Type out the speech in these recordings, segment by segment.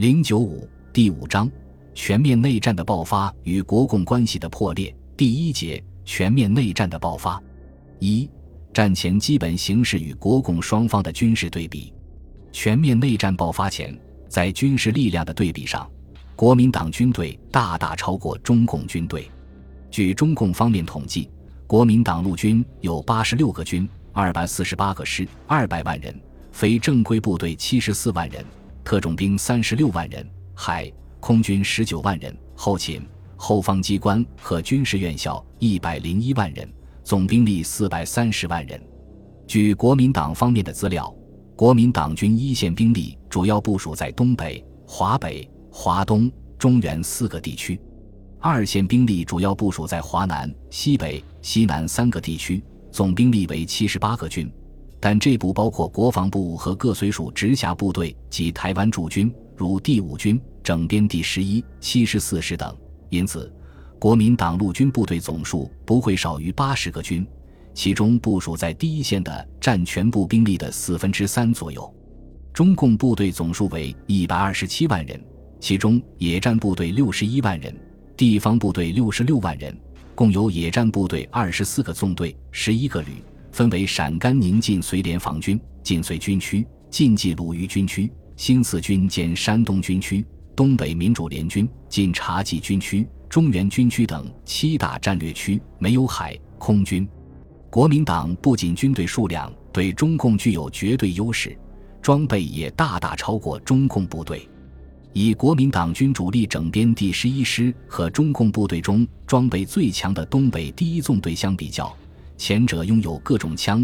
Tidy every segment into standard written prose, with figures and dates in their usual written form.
095第5章全面内战的爆发与国共关系的破裂。第1节全面内战的爆发。1、战前基本形势与国共双方的军事对比。全面内战爆发前，在军事力量的对比上，国民党军队大大超过中共军队。据中共方面统计，国民党陆军有86个军，248个师，200万人，非正规部队74万人，特种兵36万人，海空军19万人，后勤后方机关和军事院校101万人，总兵力430万人。据国民党方面的资料，国民党军一线兵力主要部署在东北、华北、华东、中原4个地区，二线兵力主要部署在华南、西北、西南3个地区，总兵力为78个军，但这不包括国防部和各随属直辖部队及台湾驻军，如第5军、整编第11、74师等。因此，国民党陆军部队总数不会少于80个军，其中部署在第一线的占全部兵力的3/4左右。中共部队总数为127万人，其中野战部队61万人，地方部队66万人，共有野战部队24个纵队、11个旅，分为陕甘宁晋绥联防军、晋绥军区、晋冀鲁豫军区、新四军兼山东军区、东北民主联军、晋察冀军区、中原军区等7大战略区，没有海空军。国民党不仅军队数量对中共具有绝对优势，装备也大大超过中共部队。以国民党军主力整编第11师和中共部队中装备最强的东北第1纵队相比较，前者拥有各种枪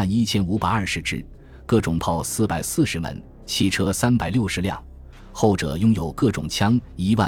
11520支，各种炮440门，汽车360辆，后者拥有各种枪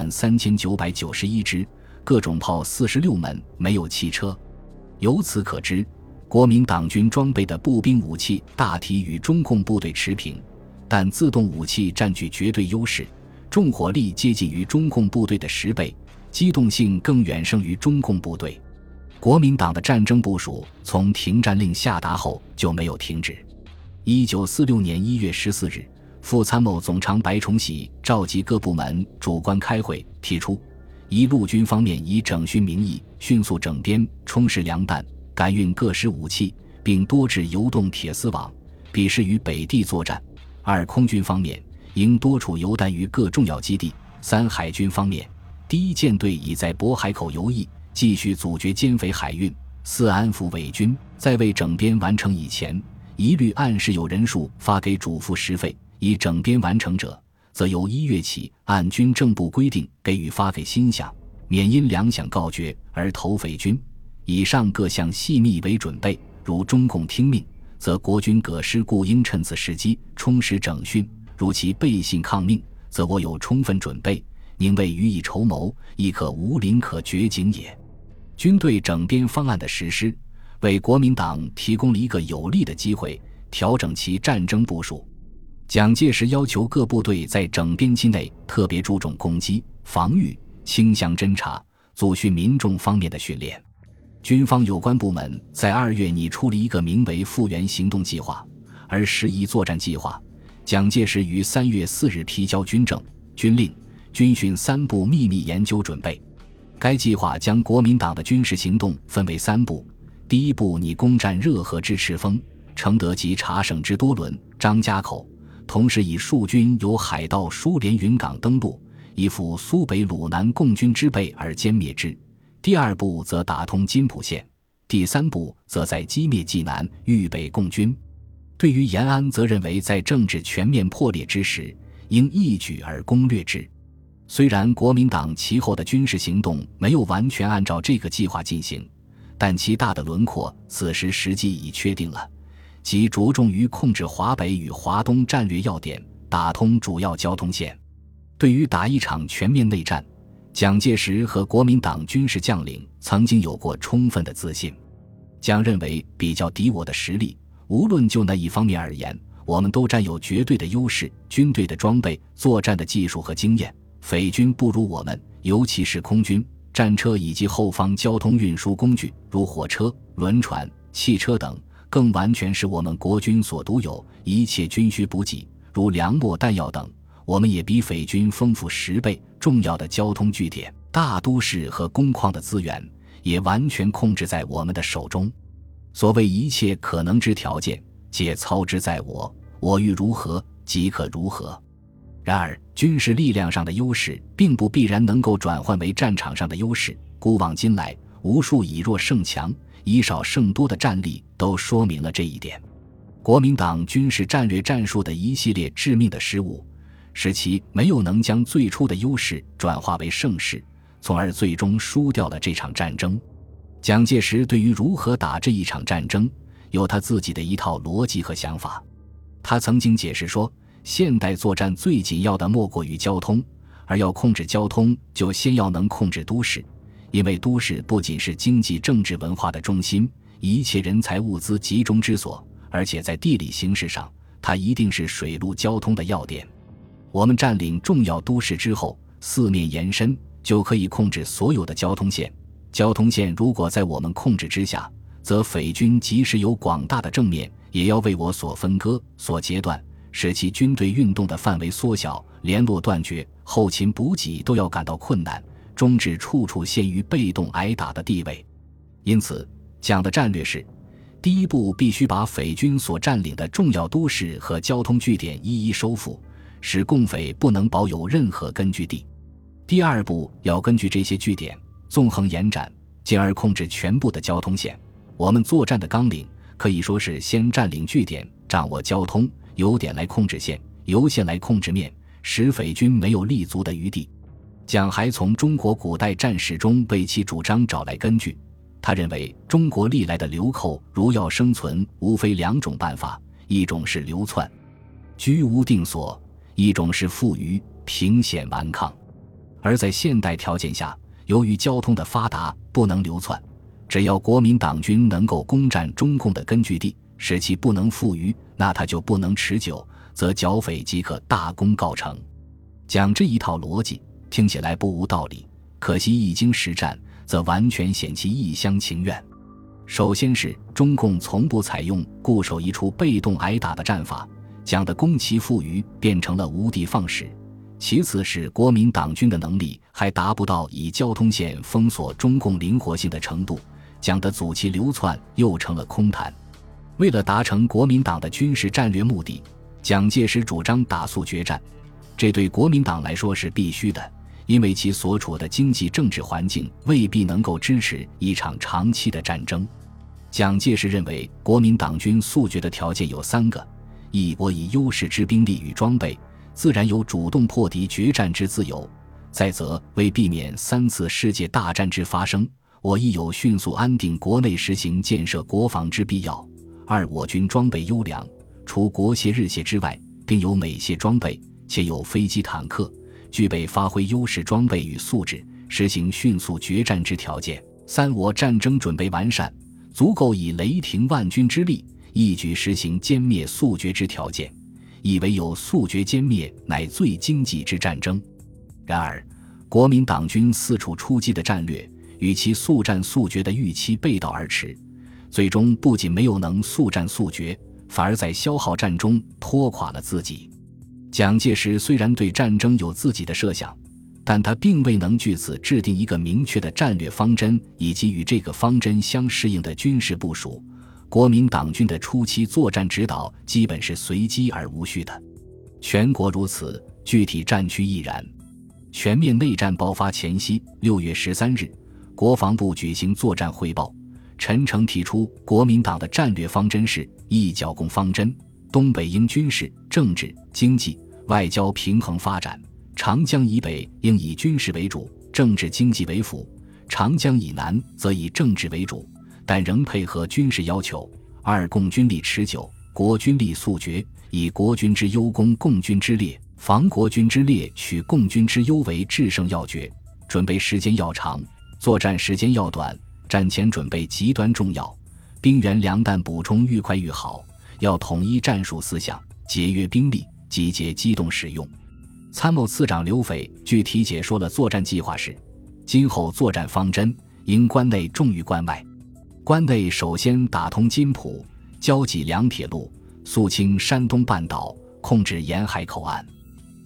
13991支，各种炮46门，没有汽车。由此可知，国民党军装备的步兵武器大体与中共部队持平，但自动武器占据绝对优势，重火力接近于中共部队的10倍，机动性更远胜于中共部队。国民党的战争部署从停战令下达后就没有停止。1946年1月14日，副参谋总长白崇禧召集各部门主官开会，提出一、陆军方面以整训名义迅速整编充实粮弹，赶运各师武器，并多制游动铁丝网，比适于北地作战。2、空军方面应多处游弹于各重要基地。3、海军方面，第1舰队已在渤海口游弋，继续阻绝奸匪海运。4、安抚伪军，在未整编完成以前，一律按时有人数发给主副食费，已整编完成者，则由1月起按军政部规定给予发给薪饷，免因粮饷告绝而投匪军。以上各项细密为准备，如中共听命，则国军各师故应趁此时机充实整训；如其背信抗命，则我有充分准备，宁为予以筹谋，亦可无临可绝境也。军队整编方案的实施，为国民党提供了一个有利的机会，调整其战争部署。蒋介石要求各部队在整编期内特别注重攻击、防御、倾向侦察、组训民众方面的训练。军方有关部门在2月拟出了一个名为复员行动计划，而10一作战计划，蒋介石于3月4日提交军政、军令、军训3部秘密研究准备。该计划将国民党的军事行动分为3步。第1步拟攻占热河之赤峰、承德及茶省之多伦、张家口，同时以数军由海盗疏连云港登陆，以抚苏北鲁南共军之备而歼灭之。第2步则打通津浦线，第3步则在击灭济南、豫北共军。对于延安，则认为在政治全面破裂之时，应一举而攻略之。虽然国民党其后的军事行动没有完全按照这个计划进行，但其大的轮廓此时实际已确定了，即着重于控制华北与华东战略要点，打通主要交通线。对于打一场全面内战，蒋介石和国民党军事将领曾经有过充分的自信。蒋认为，比较敌我的实力，无论就哪一方面而言，我们都占有绝对的优势，军队的装备、作战的技术和经验，匪军不如我们，尤其是空军、战车以及后方交通运输工具，如火车、轮船、汽车等，更完全是我们国军所独有，一切军需补给，如粮秣弹药等， 我们也比匪军丰富10倍，重要的交通据点、大都市和工矿的资源也完全控制在我们的手中。所谓一切可能之条件，皆操之在我，我欲如何，即可如何。然而，军事力量上的优势并不必然能够转换为战场上的优势。古往今来，无数以弱胜强、以少胜多的战例都说明了这一点。国民党军事战略战术的一系列致命的失误，使其没有能将最初的优势转化为胜势，从而最终输掉了这场战争。蒋介石对于如何打这一场战争，有他自己的一套逻辑和想法。他曾经解释说，现代作战最紧要的莫过于交通，而要控制交通，就先要能控制都市，因为都市不仅是经济、政治、文化的中心，一切人才物资集中之所，而且在地理形势上，它一定是水陆交通的要点。我们占领重要都市之后，四面延伸，就可以控制所有的交通线。交通线如果在我们控制之下，则匪军即使有广大的正面，也要为我所分割、所截断，使其军队运动的范围缩小，联络断绝，后勤补给都要感到困难，终至处处陷于被动挨打的地位。因此，蒋的战略是：第一步必须把匪军所占领的重要都市和交通据点一一收复，使共匪不能保有任何根据地。第二步要根据这些据点纵横延展，进而控制全部的交通线。我们作战的纲领可以说是先占领据点，掌握交通，由点来控制线，由线来控制面，使匪军没有立足的余地。蒋还从中国古代战史中为其主张找来根据。他认为中国历来的流寇如要生存，无非2种办法，一种是流窜，居无定所，一种是负隅，凭险顽抗。而在现代条件下，由于交通的发达，不能流窜，只要国民党军能够攻占中共的根据地，使其不能负隅，那它就不能持久，则剿匪即可大功告成。讲这一套逻辑听起来不无道理，可惜一经实战，则完全显其一厢情愿。首先是中共从不采用固守一处被动挨打的战法，蒋的攻其负隅变成了无的放矢。其次是国民党军的能力还达不到以交通线封锁中共灵活性的程度，蒋的阻其流窜又成了空谈。为了达成国民党的军事战略目的，蒋介石主张打速决战，这对国民党来说是必须的，因为其所处的经济政治环境未必能够支持一场长期的战争。蒋介石认为国民党军速决的条件有3个：一，我以优势之兵力与装备，自然有主动破敌决战之自由；再则为避免3次世界大战之发生，我亦有迅速安定国内实行建设国防之必要。二，我军装备优良，除国械日械之外，并有美械装备，且有飞机坦克，具备发挥优势装备与素质，实行迅速决战之条件。三，我战争准备完善，足够以雷霆万钧之力，一举实行歼灭速决之条件，以为有速决歼灭乃最经济之战争。然而，国民党军四处出击的战略与其速战速决的预期背道而驰，最终不仅没有能速战速决，反而在消耗战中拖垮了自己。蒋介石虽然对战争有自己的设想，但他并未能据此制定一个明确的战略方针以及与这个方针相适应的军事部署。国民党军的初期作战指导基本是随机而无序的，全国如此，具体战区亦然。全面内战爆发前夕，6月13日，国防部举行作战汇报，陈诚提出国民党的战略方针是一剿共方针，东北应军事、政治、经济、外交平衡发展，长江以北应以军事为主，政治经济为辅，长江以南则以政治为主，但仍配合军事要求。二，共军力持久，国军力速决，以国军之优攻共军之劣，防国军之劣取共军之优为制胜要诀，准备时间要长，作战时间要短，战前准备极端重要，兵员粮弹补充愈快愈好，要统一战术思想，节约兵力，集结机动使用。参谋次长刘斐具体解说了作战计划是：今后作战方针应关内重于关外，关内首先打通津浦、交济两铁路，肃清山东半岛，控制沿海口岸。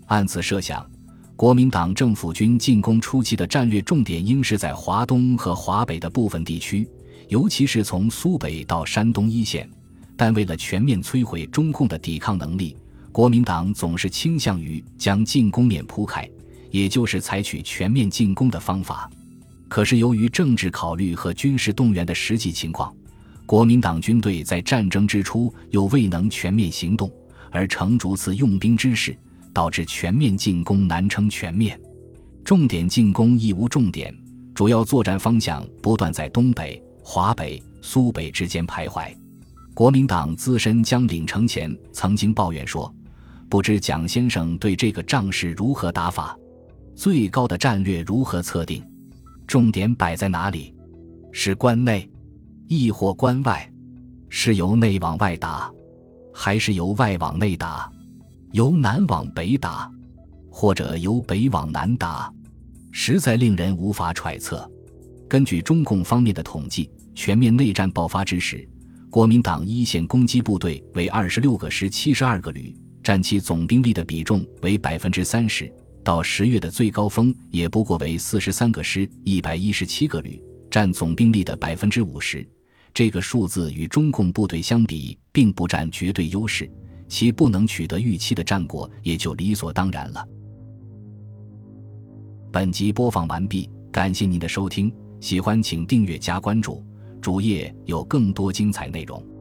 按此设想，国民党政府军进攻初期的战略重点应是在华东和华北的部分地区，尤其是从苏北到山东一线。但为了全面摧毁中共的抵抗能力，国民党总是倾向于将进攻面铺开，也就是采取全面进攻的方法。可是由于政治考虑和军事动员的实际情况，国民党军队在战争之初又未能全面行动，而成逐次用兵之势，导致全面进攻难称全面。重点进攻亦无重点，主要作战方向不断在东北、华北、苏北之间徘徊。国民党资深将领程潜曾经抱怨说，不知蒋先生对这个仗势如何打法，最高的战略如何测定，重点摆在哪里？是关内，亦或关外？是由内往外打，还是由外往内打？由南往北打，或者由北往南打？实在令人无法揣测。根据中共方面的统计，全面内战爆发之时，国民党一线攻击部队为26个师72个旅，占其总兵力的比重为 30%， 到10月的最高峰也不过为43个师117个旅，占总兵力的 50%。 这个数字与中共部队相比并不占绝对优势，其不能取得预期的战果也就理所当然了。本集播放完毕，感谢您的收听，喜欢请订阅加关注，主页有更多精彩内容。